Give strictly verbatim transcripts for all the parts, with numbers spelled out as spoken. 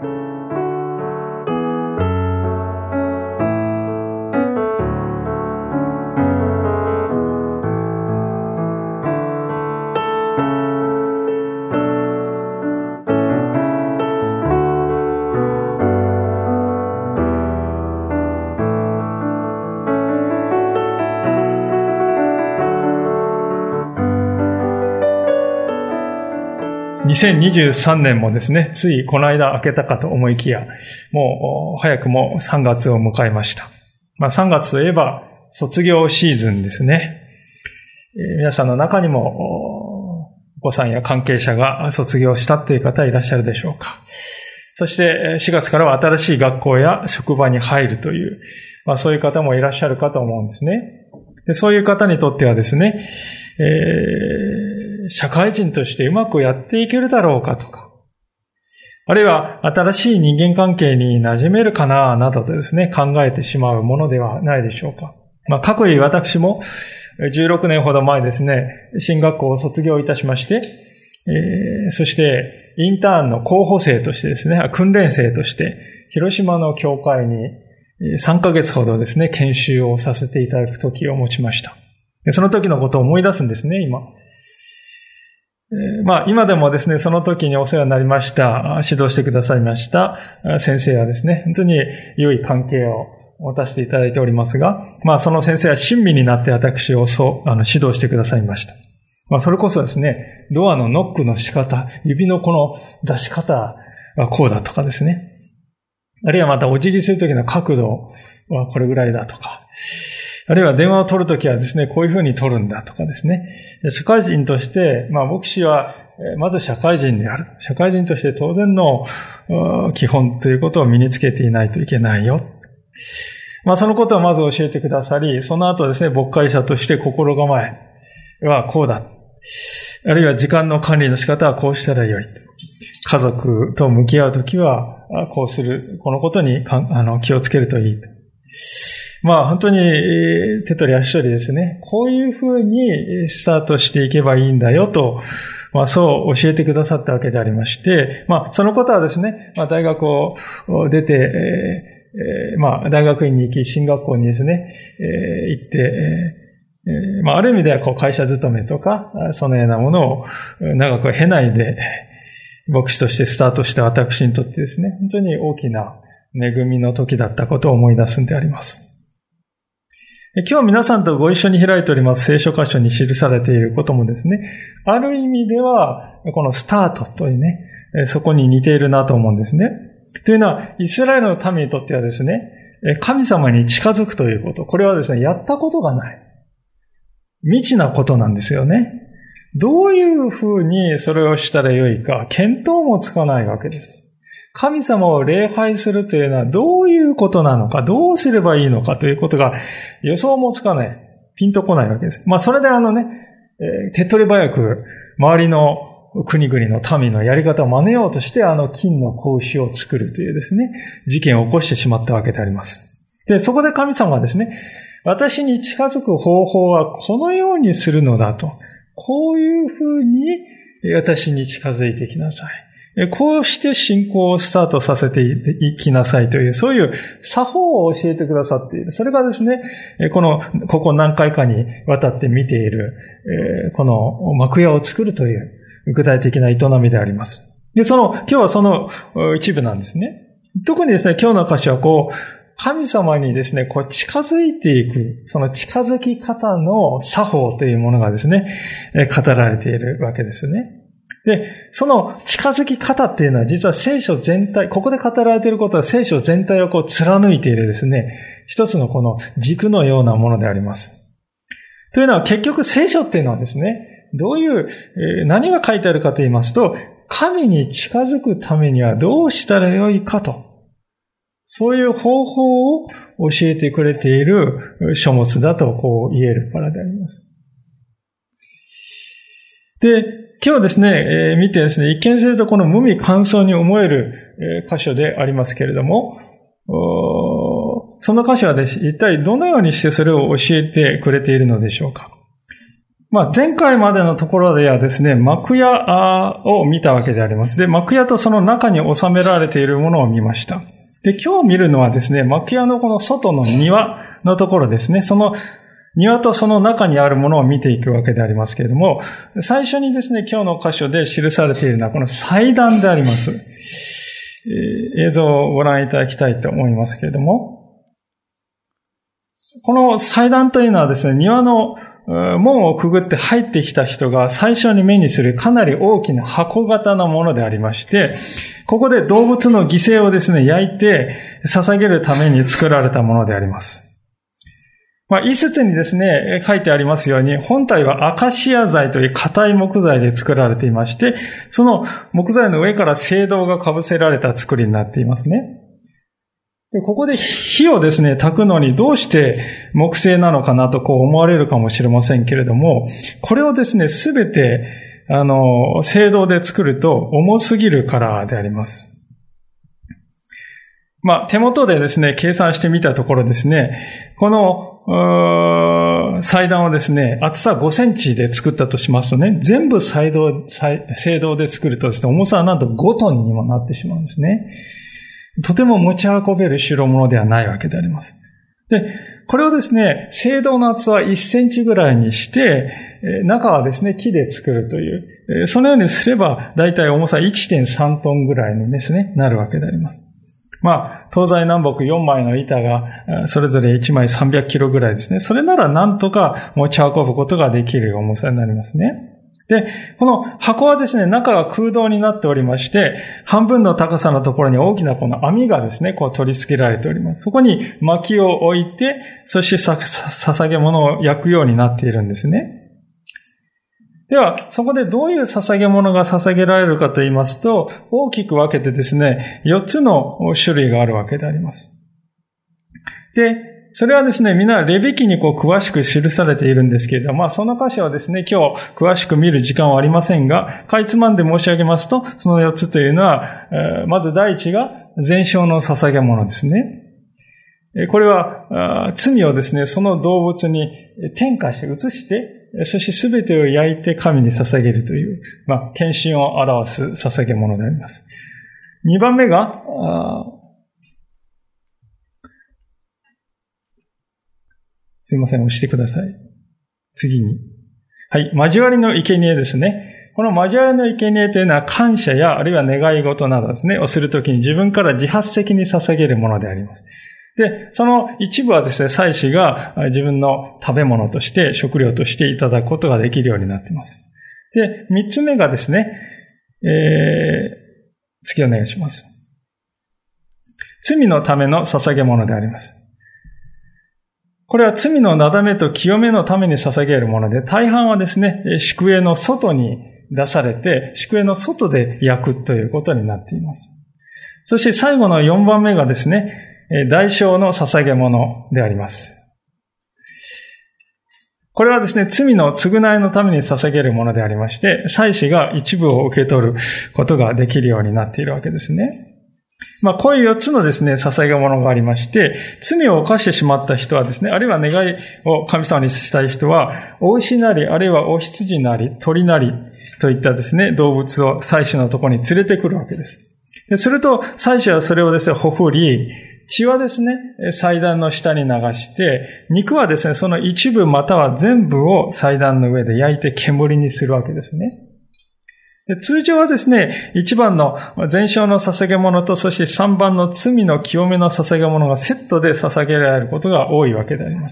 にせんにじゅうさんねんもですね、ついこの間明けたかと思いきや、もう早くもさんがつを迎えました。まあさんがつといえば卒業シーズンですね。えー、皆さんの中にもお子さんや関係者が卒業したという方いらっしゃるでしょうか。そしてしがつからは新しい学校や職場に入るという、まあそういう方もいらっしゃるかと思うんですね。で、そういう方にとってはですね、えー、社会人としてうまくやっていけるだろうかとか、あるいは新しい人間関係に馴染めるかななどとですね、考えてしまうものではないでしょうか。まあ、過去に私もじゅうろくねんほど前ですね、進学校を卒業いたしまして、えー、そしてインターンの候補生としてですね、訓練生として広島の教会にさんかげつほどですね、研修をさせていただく時を持ちました。その時のことを思い出すんですね、今。えー、まあ、今でもですね、その時にお世話になりました、指導してくださいました先生はですね、本当に良い関係を持たせていただいておりますが、まあ、その先生は親身になって私をそう、あの、指導してくださいました。まあ、それこそですね、ドアのノックの仕方、指のこの出し方はこうだとかですね。あるいはまたお辞儀するときの角度はこれぐらいだとか。あるいは電話を取るときはですね、こういうふうに取るんだとかですね。社会人として、まあ牧師は、まず社会人である。社会人として当然の基本ということを身につけていないといけないよ。まあそのことをまず教えてくださり、その後ですね、牧会者として心構えはこうだ。あるいは時間の管理の仕方はこうしたらよい。家族と向き合うときはこうする。このことにかあの気をつけるといいと。まあ本当に手取り足取りですね。こういうふうにスタートしていけばいいんだよと、まあそう教えてくださったわけでありまして、まあそのことはですね、まあ大学を出て、えー、まあ大学院に行き、進学校にですね、えー、行って、えー、まあある意味ではこう会社勤めとか、そのようなものを長く経ないで、牧師としてスタートした私にとってですね、本当に大きな恵みの時だったことを思い出すんであります。今日皆さんとご一緒に開いております聖書箇所に記されていることもですね、ある意味ではこのスタートというね、そこに似ているなと思うんですね。というのは、イスラエルの民にとってはですね、神様に近づくということ、これはですね、やったことがない。未知なことなんですよね。どういうふうにそれをしたらよいか、見当もつかないわけです。神様を礼拝するというのはどういうことなのか、どうすればいいのかということが予想もつかない、ピンとこないわけです。まあそれであのね、えー、手っ取り早く周りの国々の民のやり方を真似ようとしてあの金の格子を作るというですね、事件を起こしてしまったわけであります。で、そこで神様がですね、私に近づく方法はこのようにするのだと、こういうふうに私に近づいてきなさい。こうして信仰をスタートさせていきなさいという、そういう作法を教えてくださっている。それがですね、この、ここ何回かにわたって見ている、この幕屋を作るという具体的な営みであります。で、その、今日はその一部なんですね。特にですね、今日の箇所はこう、神様にですね、こう近づいていく、その近づき方の作法というものがですね、語られているわけですね。で、その近づき方っていうのは実は聖書全体、ここで語られていることは聖書全体をこう貫いているですね、一つのこの軸のようなものであります。というのは結局聖書っていうのはですね、どういう、何が書いてあるかと言いますと、神に近づくためにはどうしたらよいかと、そういう方法を教えてくれている書物だとこう言えるからであります。で、今日ですね、えー、見てですね、一見するとこの無味乾燥に思える、えー、箇所でありますけれども、その箇所はですね、一体どのようにしてそれを教えてくれているのでしょうか。 まあ、前回までのところではですね、幕屋を見たわけであります。で、幕屋とその中に収められているものを見ました。で、今日見るのはですね、幕屋のこの外の庭のところですね、その庭とその中にあるものを見ていくわけでありますけれども、最初にですね、今日の箇所で記されているのはこの祭壇であります。えー、映像をご覧いただきたいと思いますけれども、この祭壇というのはですね、庭の門をくぐって入ってきた人が最初に目にするかなり大きな箱型のものでありまして、ここで動物の犠牲をですね、焼いて捧げるために作られたものであります。まあ、一節にですね、書いてありますように、本体はアカシア材という硬い木材で作られていまして、その木材の上から青銅が被せられた作りになっていますね。で、ここで火をですね、焚くのにどうして木製なのかなとこう思われるかもしれませんけれども、これをですね、すべて、あの、青銅で作ると重すぎるからであります。まあ、手元でですね、計算してみたところですね、この、祭壇をですね、厚さごセンチで作ったとしますとね、全部青銅、青銅で作るとですね、重さはなんとごトンにもなってしまうんですね。とても持ち運べる代物ではないわけであります。で、これをですね、青銅の厚さはいっセンチぐらいにして、中はですね、木で作るという、そのようにすれば、だいたい重さ いってんさんトンぐらいにですね、なるわけであります。まあ、東西南北よんまいの板が、それぞれいちまいさんびゃくキロぐらいですね。それならなんとか持ち運ぶことができる重さになりますね。で、この箱はですね、中が空洞になっておりまして、半分の高さのところに大きなこの網がですね、こう取り付けられております。そこに薪を置いて、そしてさ捧げ物を焼くようになっているんですね。では、そこでどういう捧げ物が捧げられるかと言いますと、大きく分けてですね、よっつの種類があるわけであります。で、それはですね、みんなレビ記にこう詳しく記されているんですけれども、まあその箇所はですね、今日詳しく見る時間はありませんが、かいつまんで申し上げますと、そのよっつというのは、まず第一が全焼の捧げ物ですね。これは罪をですね、その動物に転化して移して、そしてすべてを焼いて神に捧げるという、まあ献身を表す捧げ物であります。二番目が、すいません、押してください。次に。はい、交わりの生贄ですね。この交わりの生贄というのは感謝やあるいは願い事などですね、をするときに自分から自発的に捧げるものであります。で、その一部はですね、祭司が自分の食べ物として、食料としていただくことができるようになっています。で、三つ目がですね、えー、次お願いします。罪のための捧げ物であります。これは罪のなだめと清めのために捧げるもので、大半はですね、宿営の外に出されて、宿営の外で焼くということになっています。そして最後のよんばんめがですね、代償の捧げ物であります。これはですね、罪の償いのために捧げるものでありまして、祭司が一部を受け取ることができるようになっているわけですね。まあ、こういうよっつのですね、捧げ物がありまして、罪を犯してしまった人はですね、あるいは願いを神様にしたい人は、お牛なり、あるいはお羊なり、鳥なりといったですね、動物を祭司のところに連れてくるわけです。ですると、祭司はそれをですね、ほふり、血はですね、祭壇の下に流して、肉はですね、その一部または全部を祭壇の上で焼いて煙にするわけですね。で通常はですね、一番の全焼の捧げ物と、そして三番の罪の清めの捧げ物がセットで捧げられることが多いわけであります。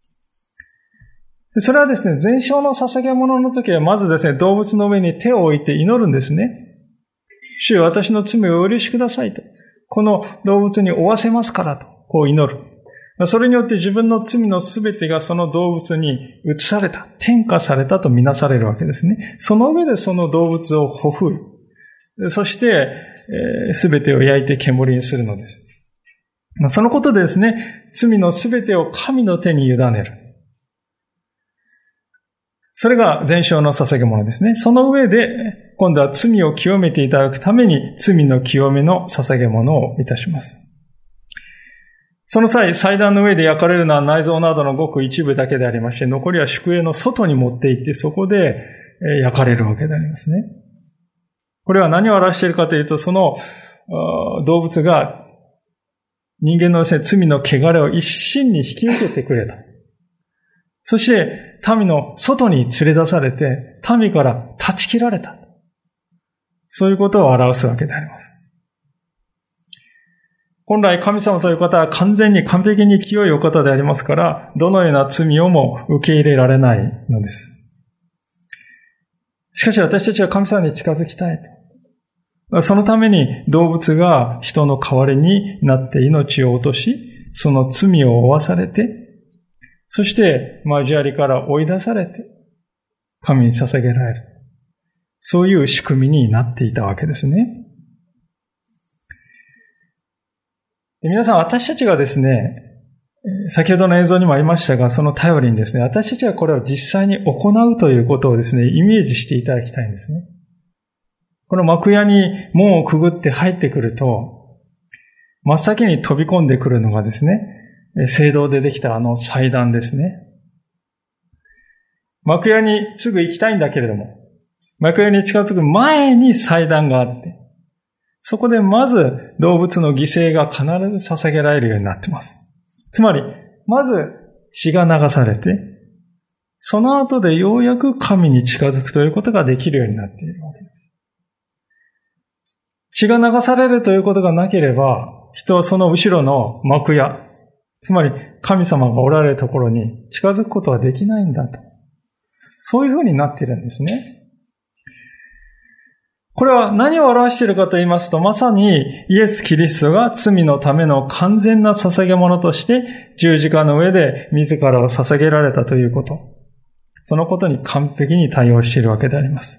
それはですね、全焼の捧げ物の時はまずですね、動物の上に手を置いて祈るんですね。主よ、私の罪をお許しくださいと。この動物に負わせますからと、こう祈る。それによって自分の罪のすべてがその動物に移された、転化されたとみなされるわけですね。その上でその動物をほふる。そして、すべてを焼いて煙にするのです。そのことでですね、罪のすべてを神の手に委ねる。それが全焼の捧げ物ですね。その上で、今度は罪を清めていただくために、罪の清めの捧げ物をいたします。 その際、祭壇の上で焼かれるのは内臓などのごく一部だけでありまして、残りは宿営の外に持って行って、そこで焼かれるわけでありますね。これは何を表しているかというと、その動物が人間のですね、罪の汚れを一身に引き受けてくれた。そして、民の外に連れ出されて、民から断ち切られた。そういうことを表すわけであります。本来神様という方は完全に完璧に清いお方でありますから、どのような罪をも受け入れられないのです。しかし私たちは神様に近づきたいと。そのために動物が人の代わりになって命を落とし、その罪を負わされて、そして交わりから追い出されて、神に捧げられる。そういう仕組みになっていたわけですね。皆さん、私たちがですね、先ほどの映像にもありましたが、その頼りにですね、私たちがこれを実際に行うということをですね、イメージしていただきたいんですね。この幕屋に門をくぐって入ってくると、真っ先に飛び込んでくるのがですね、聖堂でできたあの祭壇ですね。幕屋にすぐ行きたいんだけれども、幕屋に近づく前に祭壇があって、そこでまず動物の犠牲が必ず捧げられるようになっています。つまり、まず血が流されて、その後でようやく神に近づくということができるようになっているわけです。血が流されるということがなければ、人はその後ろの幕屋、つまり神様がおられるところに近づくことはできないんだと。そういうふうになっているんですね。これは何を表しているかと言いますと、まさにイエス・キリストが罪のための完全な捧げ物として十字架の上で自らを捧げられたということ。そのことに完璧に対応しているわけであります。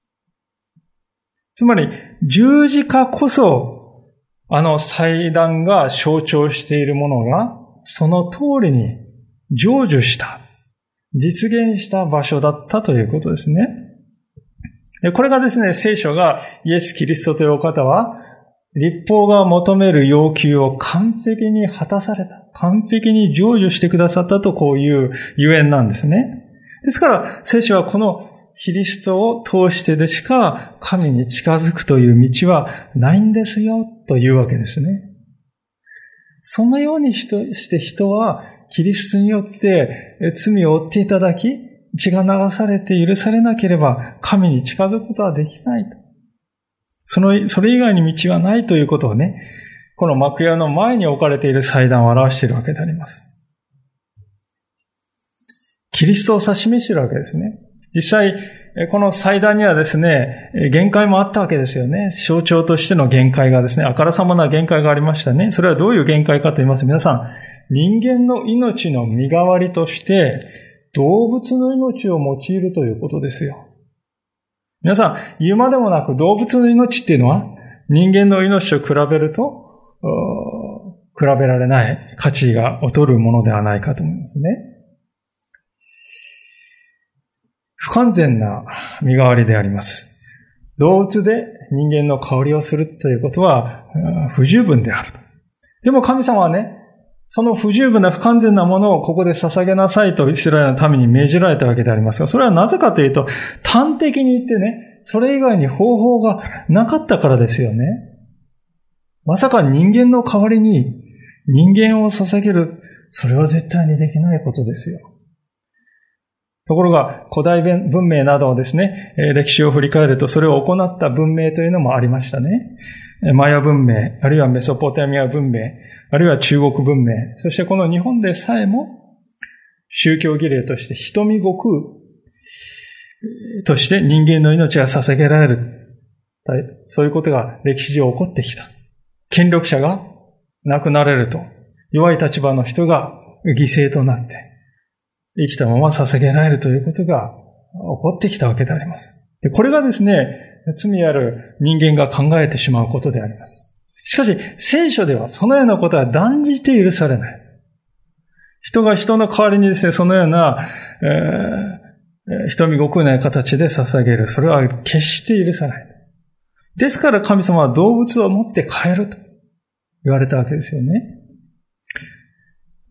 つまり十字架こそあの祭壇が象徴しているものがその通りに成就した、実現した場所だったということですね。これがですね、聖書がイエス・キリストというお方は、律法が求める要求を完璧に果たされた。完璧に成就してくださったとこういうゆえんなんですね。ですから、聖書はこのキリストを通してでしか神に近づくという道はないんですよというわけですね。そのようにして人はキリストによって罪を負っていただき、血が流されて許されなければ神に近づくことはできないと。その、それ以外に道はないということをね、この幕屋の前に置かれている祭壇を表しているわけであります。キリストを指し示しているわけですね。実際、この祭壇にはですね、限界もあったわけですよね。象徴としての限界がですね、あからさまな限界がありましたね。それはどういう限界かと言いますと、皆さん、人間の命の身代わりとして、動物の命を用いるということですよ。皆さん、言うまでもなく動物の命っていうのは人間の命と比べると比べられない価値が劣るものではないかと思いますね。不完全な身代わりであります。動物で人間の代わりをするということは不十分である。でも神様はね、その不十分な不完全なものをここで捧げなさいとイスラエルの民に命じられたわけでありますが、それはなぜかというと、端的に言ってね、それ以外に方法がなかったからですよね。まさか人間の代わりに人間を捧げる、それは絶対にできないことですよ。ところが、古代文明などをですね、歴史を振り返ると、それを行った文明というのもありましたね。マヤ文明、あるいはメソポタミア文明、あるいは中国文明、そしてこの日本でさえも、宗教儀礼として瞳悟空として人間の命が捧げられる。そういうことが歴史上起こってきた。権力者が亡くなれると、弱い立場の人が犠牲となって、生きたまま捧げられるということが起こってきたわけであります。で、これがですね、罪ある人間が考えてしまうことであります。しかし、聖書ではそのようなことは断じて許されない。人が人の代わりにですね、そのような、えー、瞳悟空な形で捧げる。それは決して許さない。ですから神様は動物を持って帰ると言われたわけですよね。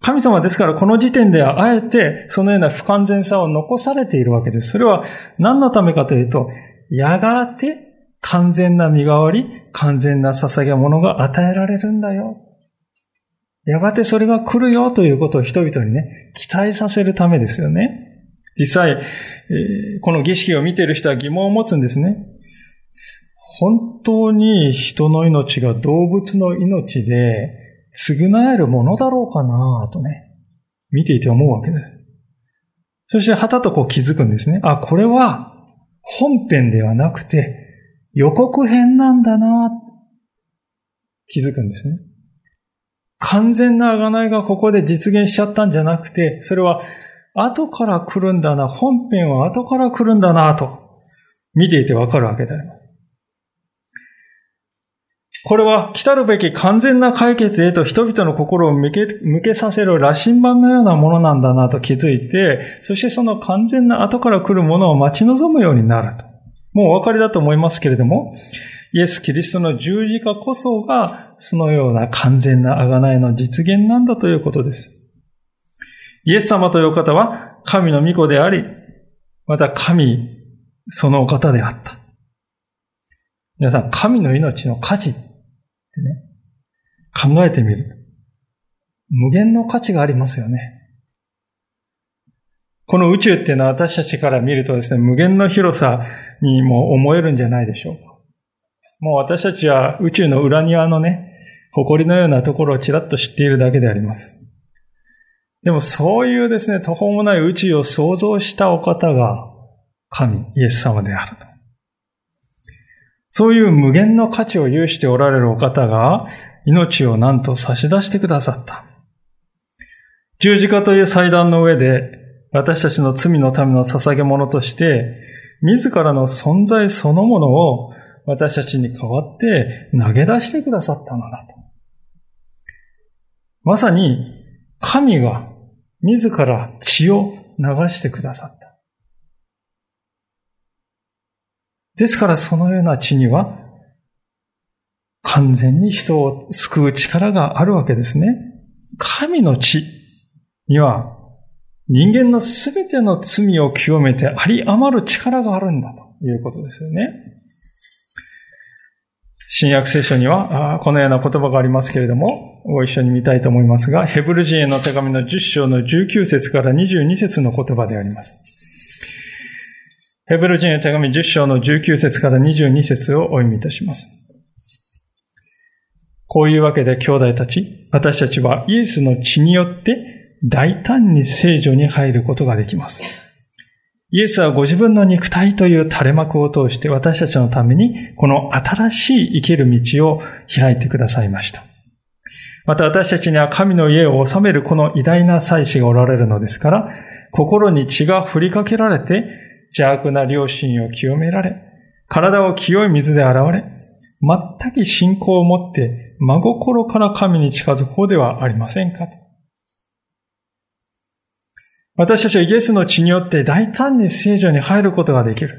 神様ですからこの時点ではあえてそのような不完全さを残されているわけです。それは何のためかというと、やがて完全な身代わり、完全な捧げ物が与えられるんだよ。やがてそれが来るよということを人々にね、期待させるためですよね。実際、えー、この儀式を見ている人は疑問を持つんですね。本当に人の命が動物の命で償えるものだろうかなとね、見ていて思うわけです。そしてはたとこう気づくんですね。あ、これは本編ではなくて予告編なんだな、気づくんですね。完全な贖いがここで実現しちゃったんじゃなくて、それは後から来るんだな、本編は後から来るんだなと見ていてわかるわけであります。これは来たるべき完全な解決へと人々の心を向け、向けさせる羅針盤のようなものなんだなと気づいて、そしてその完全な後から来るものを待ち望むようになると。もうお分かりだと思いますけれども、イエス・キリストの十字架こそがそのような完全な贖いの実現なんだということです。イエス様というお方は神の御子であり、また神そのお方であった。皆さん、神の命の価値ってね、考えてみる。無限の価値がありますよね。この宇宙っていうのは私たちから見るとですね、無限の広さにも思えるんじゃないでしょうか。もう私たちは宇宙の裏庭のね、埃のようなところをちらっと知っているだけであります。でもそういうですね、途方もない宇宙を創造したお方が神、イエス様であると。そういう無限の価値を有しておられるお方が命をなんと差し出してくださった。十字架という祭壇の上で私たちの罪のための捧げ物として自らの存在そのものを私たちに代わって投げ出してくださったのだと。まさに神が自ら血を流してくださった。ですからそのような血には完全に人を救う力があるわけですね。神の血には人間のすべての罪を清めてあり余る力があるんだということですよね。新約聖書にはこのような言葉がありますけれども、ご一緒に見たいと思いますが、ヘブル人への手紙のじゅっ章のじゅうきゅう節からにじゅうに節の言葉であります。ヘブル人への手紙じゅっ章のじゅうきゅう節からにじゅうに節をお読みいたします。こういうわけで兄弟たち、私たちはイエスの血によって大胆に聖所に入ることができます。イエスはご自分の肉体という垂れ幕を通して私たちのためにこの新しい生きる道を開いてくださいました。また私たちには神の家を治めるこの偉大な祭司がおられるのですから、心に血が振りかけられて邪悪な良心を清められ、体を清い水で洗われ、全く信仰を持って真心から神に近づく方ではありませんか。私たちはイエスの血によって大胆に聖所に入ることができる。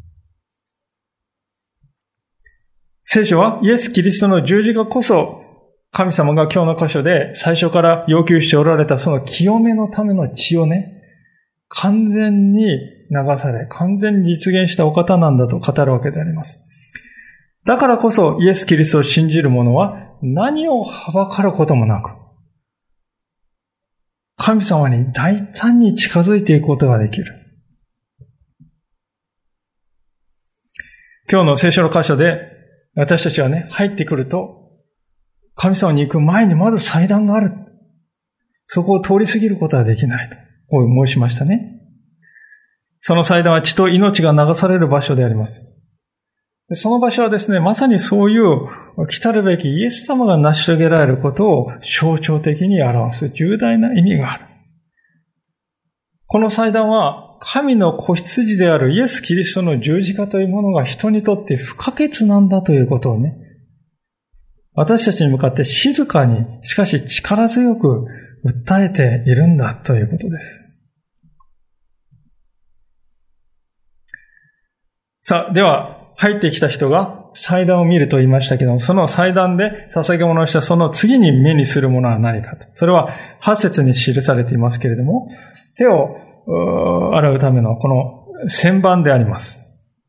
聖書はイエス・キリストの十字架こそ神様が今日の箇所で最初から要求しておられたその清めのための血をね、完全に流され、完全に実現したお方なんだと語るわけであります。だからこそイエス・キリストを信じる者は何をはばかることもなく、神様に大胆に近づいていくことができる。今日の聖書の箇所で私たちはね、入ってくると、神様に行く前にまず祭壇がある。そこを通り過ぎることはできないと、こう申しましたね。その祭壇は血と命が流される場所であります。その場所はですね、まさにそういう来たるべきイエス様が成し遂げられることを象徴的に表す重大な意味がある。この祭壇は神の子羊であるイエス・キリストの十字架というものが人にとって不可欠なんだということをね、私たちに向かって静かに、しかし力強く訴えているんだということです。さあ、では、入ってきた人が祭壇を見ると言いましたけども、その祭壇で捧げ物をしたその次に目にするものは何かと。それははち節に記されていますけれども、手を洗うためのこの洗盤であります。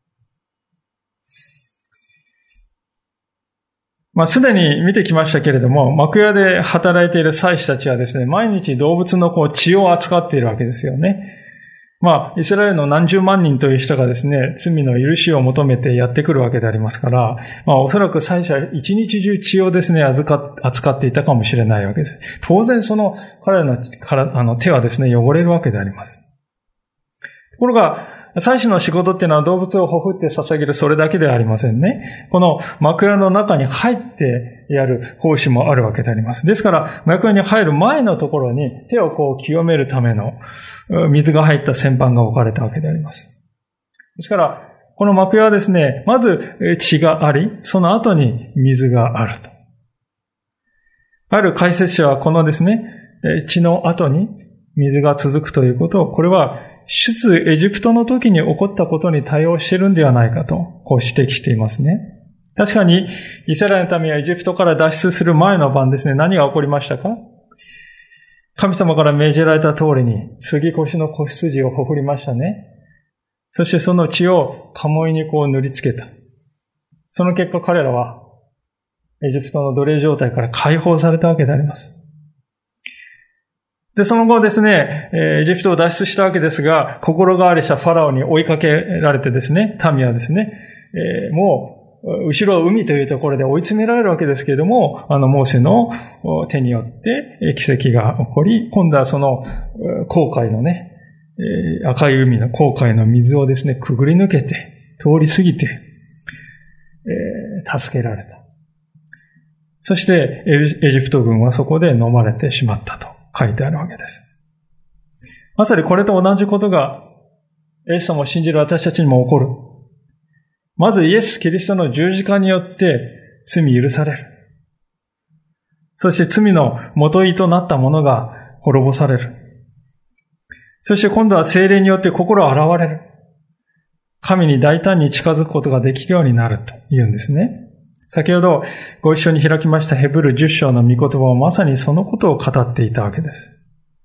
まあ、すでに見てきましたけれども、幕屋で働いている祭司たちはですね、毎日動物のこう血を扱っているわけですよね。まあ、イスラエルの何十万人という人がですね、罪の許しを求めてやってくるわけでありますから、まあ、おそらく祭司は一日中血をですね、扱っていたかもしれないわけです。当然その彼らのからあの手はですね、汚れるわけであります。ところが、祭司の仕事っていうのは動物をほふって捧げるそれだけではありませんね。この幕屋の中に入ってやる奉仕もあるわけであります。ですから、幕屋に入る前のところに手をこう清めるための水が入った洗盤が置かれたわけであります。ですから、この幕屋はですね、まず血があり、その後に水があると。ある解説者はこのですね、血の後に水が続くということを、これは出エジプトの時に起こったことに対応しているんではないかと、こう指摘していますね。確かに、イスラエルの民はエジプトから脱出する前の晩ですね、何が起こりましたか？神様から命じられた通りに、杉越の子羊をほふりましたね。そしてその血を鴨居にこう塗りつけた。その結果彼らは、エジプトの奴隷状態から解放されたわけであります。で、その後ですね、エジプトを脱出したわけですが、心変わりしたファラオに追いかけられてですね、民はですね、えー、もう、後ろは海というところで追い詰められるわけですけれども、あの、モーセの手によって奇跡が起こり、今度はその紅海のね、赤い海の紅海の水をですね、くぐり抜けて、通り過ぎて、えー、助けられた。そして、エジプト軍はそこで飲まれてしまったと書いてあるわけです。まさにこれと同じことが、イエス様を信じる私たちにも起こる。まずイエス・キリストの十字架によって罪許される。そして罪の元井となったものが滅ぼされる。そして今度は聖霊によって心を洗われる。神に大胆に近づくことができるようになると言うんですね。先ほどご一緒に開きましたヘブルじゅっ章の御言葉はまさにそのことを語っていたわけです。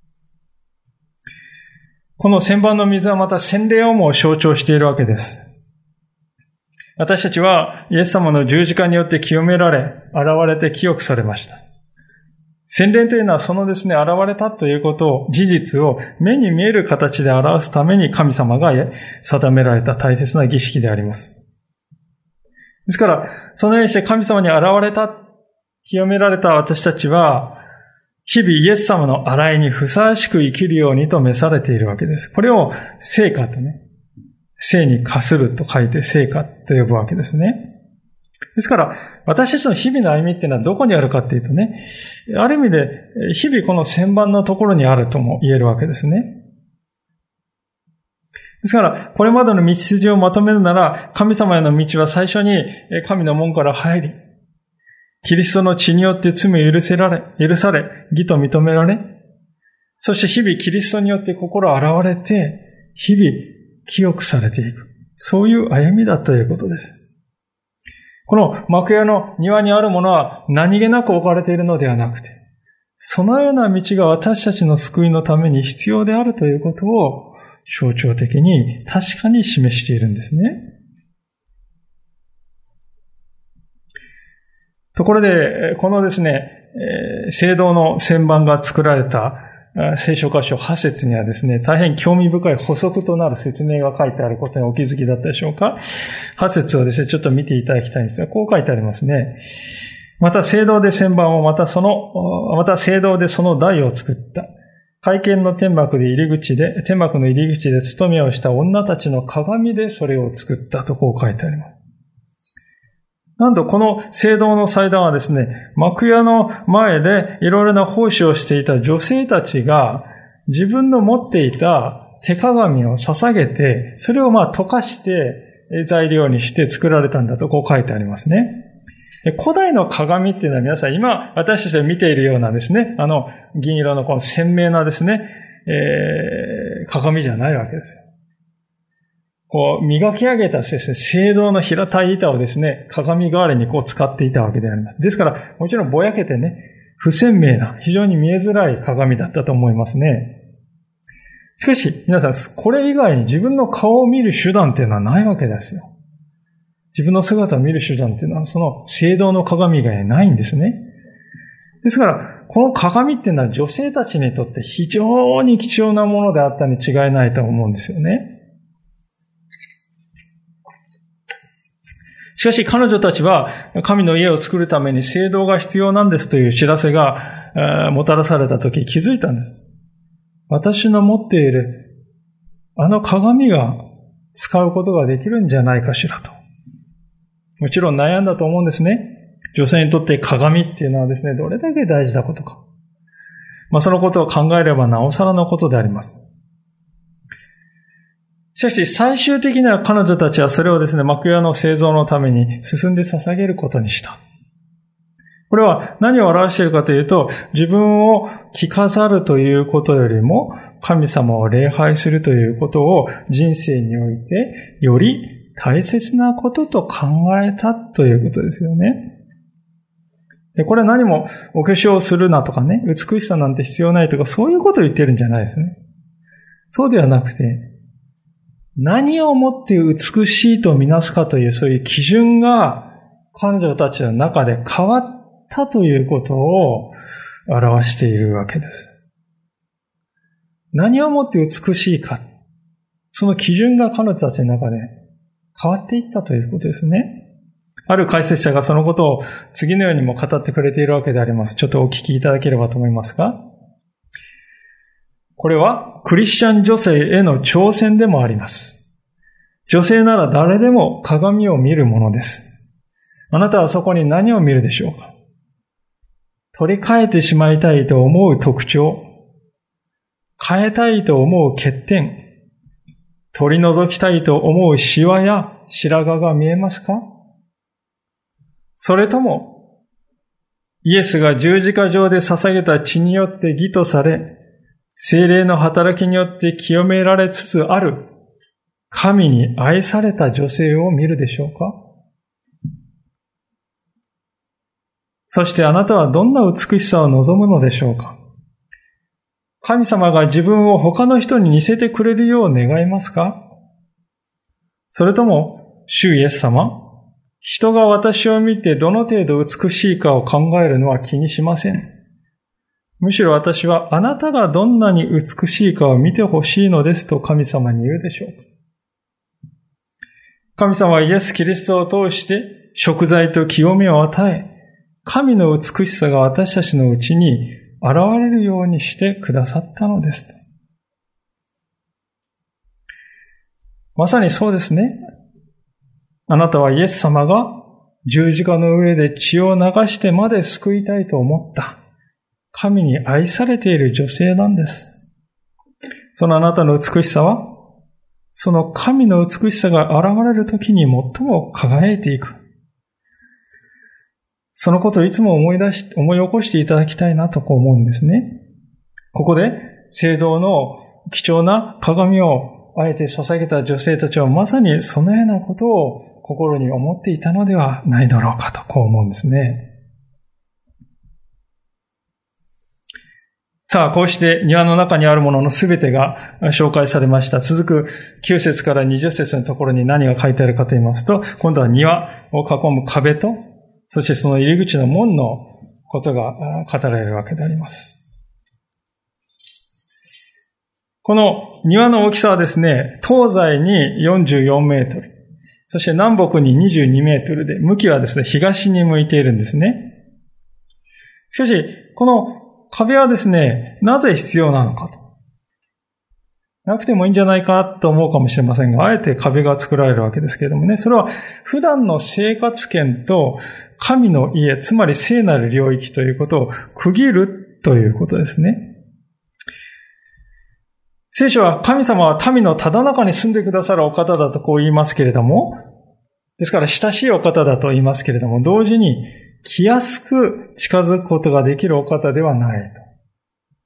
この洗盤の水はまた洗礼をも象徴しているわけです。私たちはイエス様の十字架によって清められ、現れて清くされました。洗礼というのはそのですね、現れたということを、事実を目に見える形で表すために神様が定められた大切な儀式であります。ですから、そのようにして神様に現れた、清められた私たちは、日々イエス様の洗いにふさわしく生きるようにと召されているわけです。これを聖歌とね、聖に化すると書いて聖歌と呼ぶわけですね。ですから、私たちの日々の歩みっていうのはどこにあるかっていうとね、ある意味で日々この洗盤のところにあるとも言えるわけですね。ですから、これまでの道筋をまとめるなら、神様への道は最初に神の門から入り、キリストの血によって罪を許せられ、許され、義と認められ、そして日々キリストによって心を洗われて、日々清くされていく。そういう歩みだということです。この幕屋の庭にあるものは何気なく置かれているのではなくて、そのような道が私たちの救いのために必要であるということを象徴的に確かに示しているんですね。ところで、このですね、聖堂の旋盤が作られた聖書箇所はち節にはですね、大変興味深い補足となる説明が書いてあることにお気づきだったでしょうか。はち節をですね、ちょっと見ていただきたいんですが、こう書いてありますね。また聖堂で旋盤を、またその、また聖堂でその台を作った。会見の天幕で入り口で、天幕の入り口で務めをした女たちの鏡でそれを作ったとこう書いてあります。なんとこの聖堂の祭壇はですね、幕屋の前でいろいろな奉仕をしていた女性たちが自分の持っていた手鏡を捧げて、それをまあ溶かして材料にして作られたんだとこう書いてありますね。古代の鏡っていうのは皆さん今私たちが見ているようなですね、あの銀色のこの鮮明なですね、えー、鏡じゃないわけです。 こう、磨き上げたですね、青銅の平たい板をですね、鏡代わりにこう使っていたわけであります。ですから、もちろんぼやけてね、不鮮明な、非常に見えづらい鏡だったと思いますね。しかし、皆さん、これ以外に自分の顔を見る手段っていうのはないわけですよ。自分の姿を見る手段っていうのは、その青銅の鏡以外にないんですね。ですから、この鏡っていうのは女性たちにとって非常に貴重なものであったに違いないと思うんですよね。しかし彼女たちは神の家を作るために聖堂が必要なんですという知らせがもたらされたとき気づいたんです。私の持っているあの鏡が使うことができるんじゃないかしらと。もちろん悩んだと思うんですね。女性にとって鏡っていうのはですね、どれだけ大事なことか。まあそのことを考えればなおさらのことであります。しかし最終的には彼女たちはそれをですね、幕屋の製造のために進んで捧げることにした。これは何を表しているかというと、自分を着飾るということよりも、神様を礼拝するということを人生においてより大切なことと考えたということですよね。で、これは何もお化粧するなとかね、美しさなんて必要ないとか、そういうことを言ってるんじゃないですね。そうではなくて、何をもって美しいとみなすかというそういう基準が彼女たちの中で変わったということを表しているわけです。何をもって美しいか、その基準が彼女たちの中で変わっていったということですね。ある解説者がそのことを次のようにも語ってくれているわけであります。ちょっとお聞きいただければと思いますが、これはクリスチャン女性への挑戦でもあります。女性なら誰でも鏡を見るものです。あなたはそこに何を見るでしょうか？取り替えてしまいたいと思う特徴、変えたいと思う欠点、取り除きたいと思うシワや白髪が見えますか？それとも、イエスが十字架上で捧げた血によって義とされ、聖霊の働きによって清められつつある神に愛された女性を見るでしょうか？そしてあなたはどんな美しさを望むのでしょうか？神様が自分を他の人に似せてくれるよう願いますか？それとも、主イエス様、人が私を見てどの程度美しいかを考えるのは気にしません。むしろ私はあなたがどんなに美しいかを見てほしいのですと神様に言うでしょうか。神様はイエス・キリストを通して贖罪と清めを与え、神の美しさが私たちのうちに現れるようにしてくださったのです。まさにそうですね。あなたはイエス様が十字架の上で血を流してまで救いたいと思った神に愛されている女性なんです。そのあなたの美しさは、その神の美しさが現れるときに最も輝いていく。そのことをいつも思い出し、思い起こしていただきたいなとこう思うんですね。ここで、聖堂の貴重な鏡をあえて捧げた女性たちはまさにそのようなことを心に思っていたのではないだろうかとこう思うんですね。さあ、こうして庭の中にあるもののすべてが紹介されました。続くきゅう節からにじゅっ節のところに何が書いてあるかと言いますと、今度は庭を囲む壁と、そしてその入り口の門のことが語られるわけであります。この庭の大きさはですね、東西によんじゅうよんメートル、そして南北ににじゅうにメートルで、向きはですね、東に向いているんですね。しかし、この壁はですね、なぜ必要なのかと。なくてもいいんじゃないかと思うかもしれませんが、あえて壁が作られるわけですけれどもね、それは普段の生活圏と神の家、つまり聖なる領域ということを区切るということですね。聖書は神様は民のただ中に住んでくださるお方だとこう言いますけれども、ですから親しいお方だと言いますけれども、同時に来やすく近づくことができるお方ではない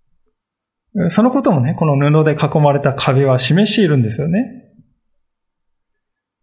と。そのこともね、この布で囲まれた壁は示しているんですよね。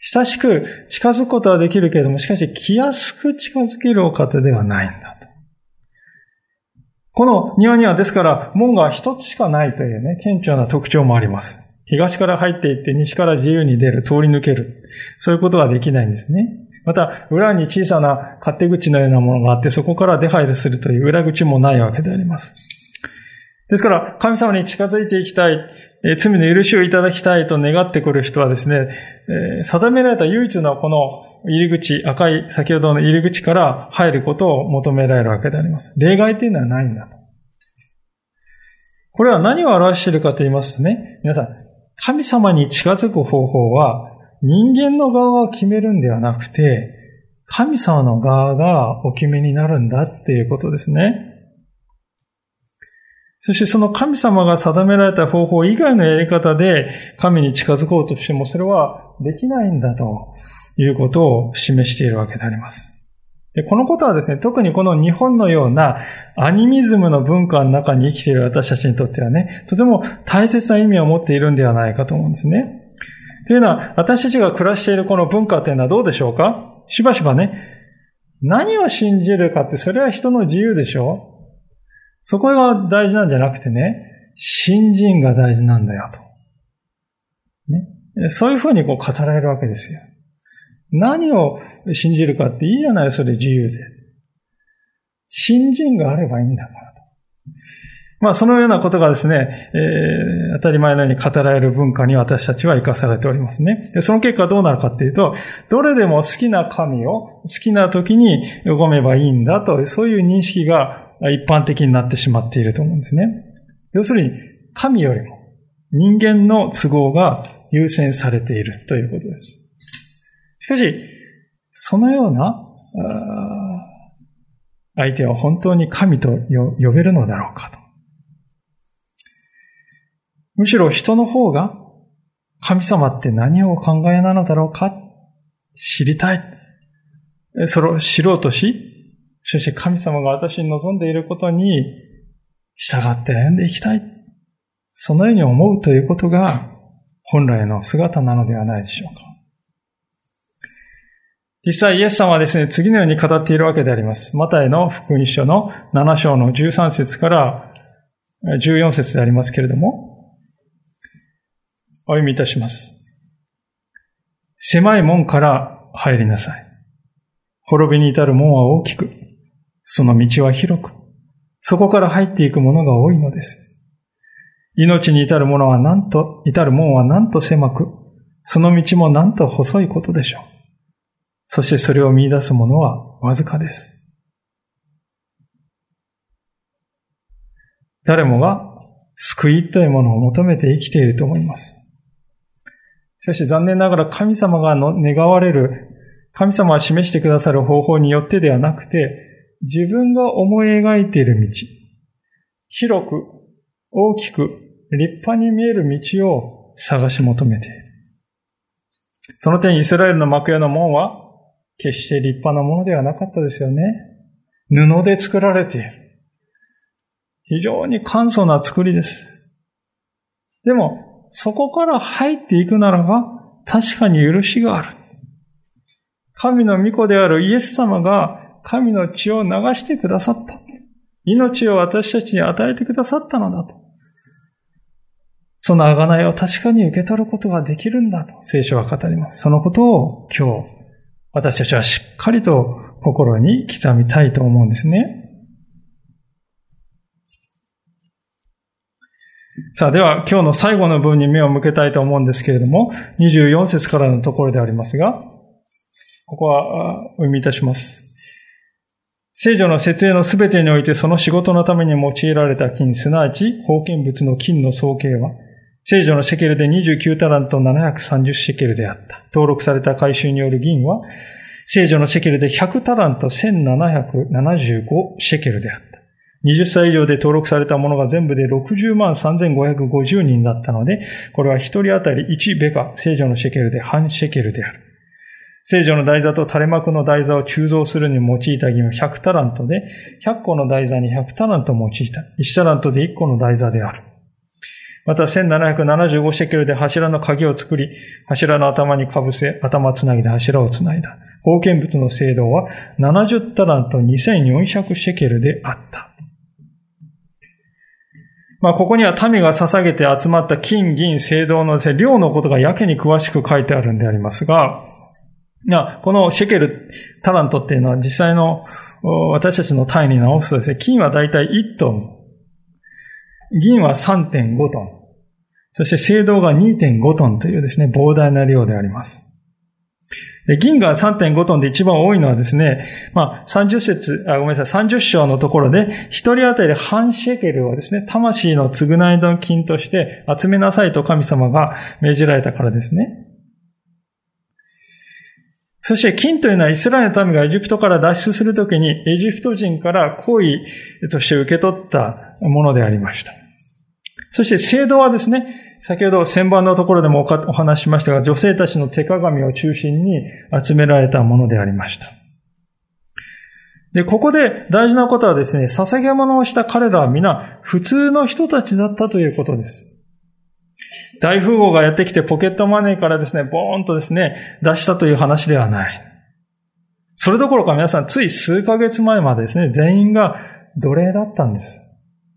親しく近づくことはできるけれども、しかし気安く近づけるお方ではないんだと。この庭にはですから門が一つしかないというね、顕著な特徴もあります。東から入っていって西から自由に出る、通り抜ける。そういうことができないんですね。また、裏に小さな勝手口のようなものがあって、そこから出入りするという裏口もないわけであります。ですから、神様に近づいていきたい、えー、罪の許しをいただきたいと願ってくる人はですね、えー、定められた唯一のこの入り口、赤い先ほどの入り口から入ることを求められるわけであります。例外というのはないんだと。これは何を表しているかと言いますとね、皆さん、神様に近づく方法は人間の側が決めるんではなくて、神様の側がお決めになるんだっていうことですね。そしてその神様が定められた方法以外のやり方で神に近づこうとしてもそれはできないんだということを示しているわけであります。で、このことはですね、特にこの日本のようなアニミズムの文化の中に生きている私たちにとってはね、とても大切な意味を持っているんではないかと思うんですね。というのは、私たちが暮らしているこの文化というのはどうでしょうか？しばしばね、何を信じるかってそれは人の自由でしょ？そこが大事なんじゃなくてね、信心が大事なんだよと。ね、そういうふうにこう語られるわけですよ。何を信じるかっていいじゃない、それ自由で。信心があればいいんだからと。まあそのようなことがですね、えー、当たり前のように語られる文化に私たちは生かされておりますね。でその結果どうなるかっていうと、どれでも好きな神を好きな時に拝めばいいんだと、そういう認識が一般的になってしまっていると思うんですね。要するに、神よりも人間の都合が優先されているということです。しかし、そのような相手は本当に神と呼べるのだろうかと。むしろ人の方が神様って何をお考えなのだろうか知りたい。それを知ろうとし、そして神様が私に望んでいることに従って歩んでいきたい。そのように思うということが本来の姿なのではないでしょうか。実際イエス様はですね、次のように語っているわけであります。マタイの福音書のなな章のじゅうさん節からじゅうよん節でありますけれども、お読みいたします。狭い門から入りなさい。滅びに至る門は大きく、その道は広く、そこから入っていくものが多いのです。命に至るものはなんと、至る門はなんと狭く、その道もなんと細いことでしょう。そしてそれを見出すものはわずかです。誰もが救いというものを求めて生きていると思います。しかし残念ながら神様がの願われる、神様が示してくださる方法によってではなくて、自分が思い描いている道、広く、大きく、立派に見える道を探し求めている。その点、イスラエルの幕屋の門は、決して立派なものではなかったですよね。布で作られている。非常に簡素な作りです。でも、そこから入っていくならば、確かに許しがある。神の御子であるイエス様が神の血を流してくださった。命を私たちに与えてくださったのだと。その贖いを確かに受け取ることができるんだと聖書は語ります。そのことを今日私たちはしっかりと心に刻みたいと思うんですね。さあ、では今日の最後の文に目を向けたいと思うんですけれども、にじゅうよん節からのところでありますが、ここはお読みいたします。聖女の設営のすべてにおいてその仕事のために用いられた金、すなわち封建物の金の総計は、聖女のシェケルでにじゅうきゅうタラントななひゃくさんじゅうシェケルであった。登録された回収による銀は、聖女のシェケルでひゃくタラントせんななひゃくななじゅうごシェケルであった。はたち以上で登録されたものが全部でろくじゅうまんさんぜんごひゃくごじゅうにんだったので、これは一人当たりいちベカ、聖女のシェケルで半シェケルである。聖女の台座と垂れ幕の台座を鋳造するに用いた銀はひゃくタラントで、ひゃっこの台座にひゃくタラント用いた。いちタラントでいっこの台座である。 またせんななひゃくななじゅうごシェケルで柱の鍵を作り、柱の頭にかぶせ、頭つなぎで柱をつないだ。宝剣物の聖堂はななじゅうタラントにせんよんひゃくシェケルであった。まあ、ここには民が捧げて集まった金、銀、青銅の量のことがやけに詳しく書いてあるんでありますが、このシェケル、タラントっていうのは実際の私たちの単位に直すとですね、金はだいたいいちトン、銀は さんてんごトン、そして青銅が にてんごトンというですね、膨大な量であります。で、銀が さんてんごトンで一番多いのはですね、まあ、さんじゅっ節、あ、ごめんなさい、さんじゅっ章のところで、一人当たり半シェケルをですね、魂の償いの金として集めなさいと神様が命じられたからですね。そして金というのはイスラエルの民がエジプトから脱出するときにエジプト人から行為として受け取ったものでありました。そして青銅はですね、先ほど旋盤のところでもお話ししましたが、女性たちの手鏡を中心に集められたものでありました。で、ここで大事なことはですね、捧げ物をした彼らは皆普通の人たちだったということです。大富豪がやってきてポケットマネーからですね、ボーンとですね、出したという話ではない。それどころか皆さん、つい数ヶ月前までですね、全員が奴隷だったんです。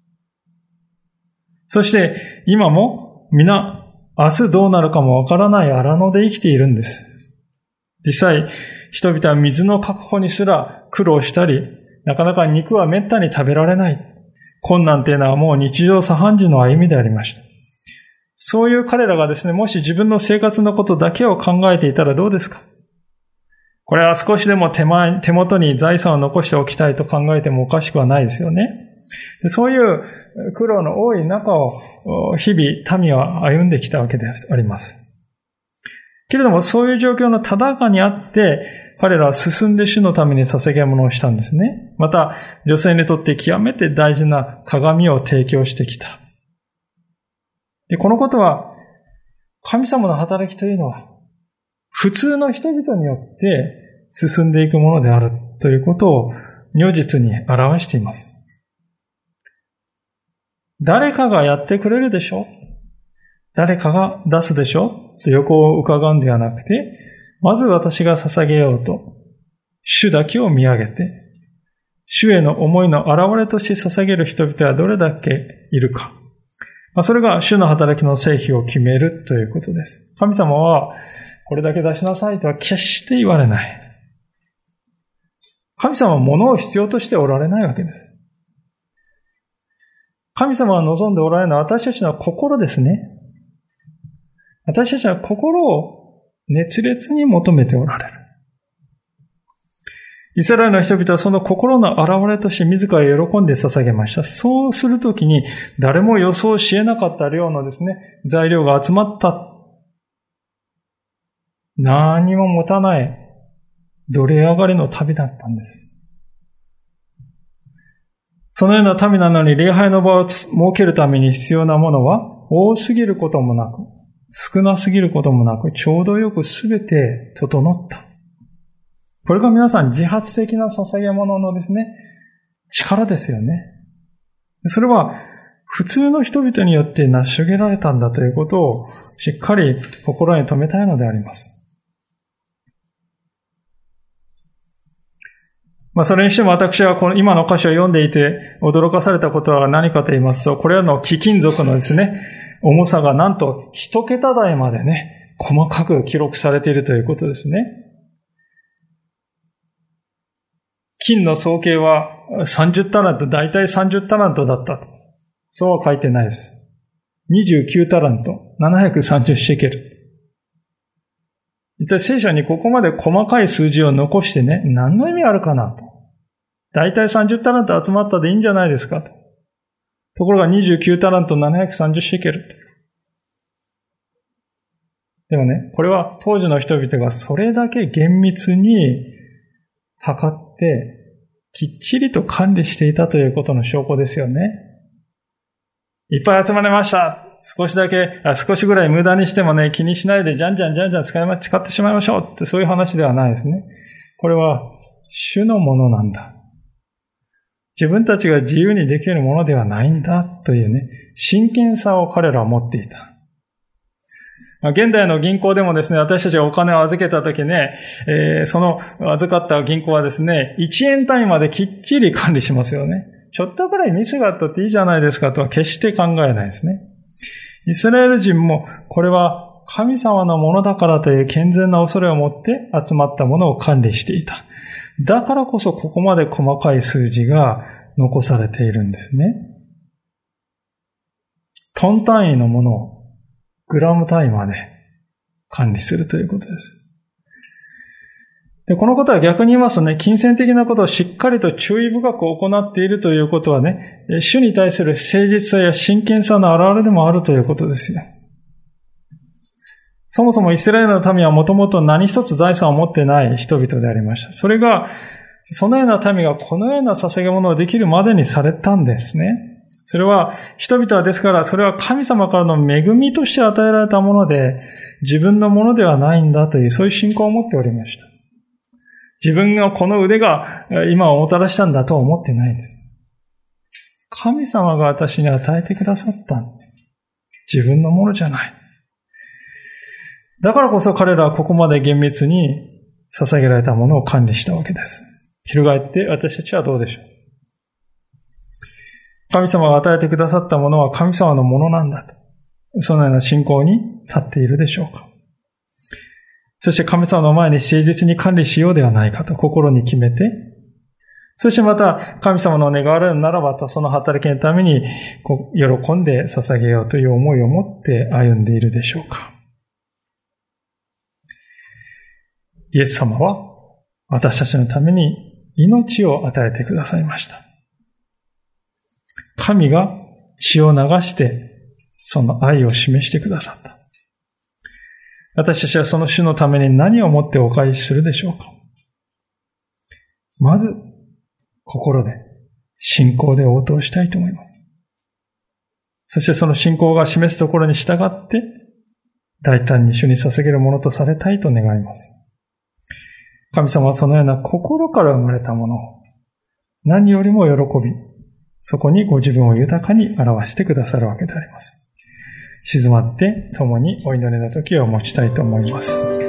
そして今も皆明日どうなるかもわからない荒野で生きているんです。実際人々は水の確保にすら苦労したり、なかなか肉はめったに食べられない。困難というのはもう日常茶飯事の歩みでありました。そういう彼らがですね、もし自分の生活のことだけを考えていたらどうですか？これは少しでも手前、手元に財産を残しておきたいと考えてもおかしくはないですよね。そういう苦労の多い中を日々民は歩んできたわけであります。けれどもそういう状況のただ中にあって彼らは進んで主のために捧げ物をしたんですね。また女性にとって極めて大事な鏡を提供してきた。で、このことは神様の働きというのは普通の人々によって進んでいくものであるということを如実に表しています。誰かがやってくれるでしょう？誰かが出すでしょう？と横を伺うんではなくて、まず私が捧げようと、主だけを見上げて、主への思いの表れとして捧げる人々はどれだけいるか。それが主の働きの成否を決めるということです。神様は、これだけ出しなさいとは決して言われない。神様は物を必要としておられないわけです。神様が望んでおられるのは私たちの心ですね。私たちは心を熱烈に求めておられる。イスラエルの人々はその心の表れとして自ら喜んで捧げました。そうするときに誰も予想し得なかった量のですね、材料が集まった。何も持たない奴隷上がりの旅だったんです。そのような民なのに礼拝の場を設けるために必要なものは多すぎることもなく、少なすぎることもなく、ちょうどよくすべて整った。これが皆さん自発的な捧げ物のですね、力ですよね。それは普通の人々によって成し遂げられたんだということをしっかり心に留めたいのであります。まあ、それにしても私はこの今の歌詞を読んでいて驚かされたことは何かと言いますと、これらの貴金属のですね、重さがなんと一桁台までね、細かく記録されているということですね。金の総計はさんじゅうタラント、だいたいさんじゅうタラントだったと。そうは書いてないです。にじゅうきゅうタラント、ななひゃくさんじゅうシェケル。一体聖書にここまで細かい数字を残してね、何の意味あるかなと。だいたいさんじゅうタラント集まったでいいんじゃないですかと。ところがにじゅうきゅうタラントななひゃくさんじゅうシェケル。でもね、これは当時の人々がそれだけ厳密に測ってきっちりと管理していたということの証拠ですよね。いっぱい集まりました。少しだけ、少しぐらい無駄にしてもね、気にしないでじゃんじゃんじゃんじゃん使いま、使ってしまいましょうってそういう話ではないですね。これは主のものなんだ。 自分たちが自由にできるものではないんだというね、真剣さを彼らは持っていた。現代の銀行でもですね、私たちがお金を預けたときね、えー、その預かった銀行はですね、いちえん単位まできっちり管理しますよね。ちょっとくらいミスがあったっていいじゃないですかとは決して考えないですね。イスラエル人もこれは神様のものだからという健全な恐れを持って集まったものを管理していた。だからこそここまで細かい数字が残されているんですね。トン単位のものをグラム単位まで管理するということです。で、このことは逆に言いますとね、金銭的なことをしっかりと注意深く行っているということはね、主に対する誠実さや真剣さの表れでもあるということですよ。そもそもイスラエルの民はもともと何一つ財産を持ってない人々でありました。それが、そのような民がこのような捧げ物をできるまでにされたんですね。それは、人々はですから、それは神様からの恵みとして与えられたもので、自分のものではないんだという、そういう信仰を持っておりました。自分がこの腕が今をもたらしたんだとは思ってないです。神様が私に与えてくださった。自分のものじゃない。だからこそ彼らはここまで厳密に捧げられたものを管理したわけです。翻って私たちはどうでしょう。神様が与えてくださったものは神様のものなんだと。そのような信仰に立っているでしょうか。そして神様の前に誠実に管理しようではないかと心に決めて、そしてまた神様の願われるならばその働きのためにこう喜んで捧げようという思いを持って歩んでいるでしょうか。イエス様は私たちのために命を与えてくださいました。神が血を流してその愛を示してくださった。私たちはその主のために何をもってお返しするでしょうか。まず、心で、信仰で応答したいと思います。そしてその信仰が示すところに従って、大胆に主に捧げるものとされたいと願います。神様はそのような心から生まれたものを、何よりも喜び、そこにご自分を豊かに表してくださるわけであります。静まって共にお祈りの時を持ちたいと思います。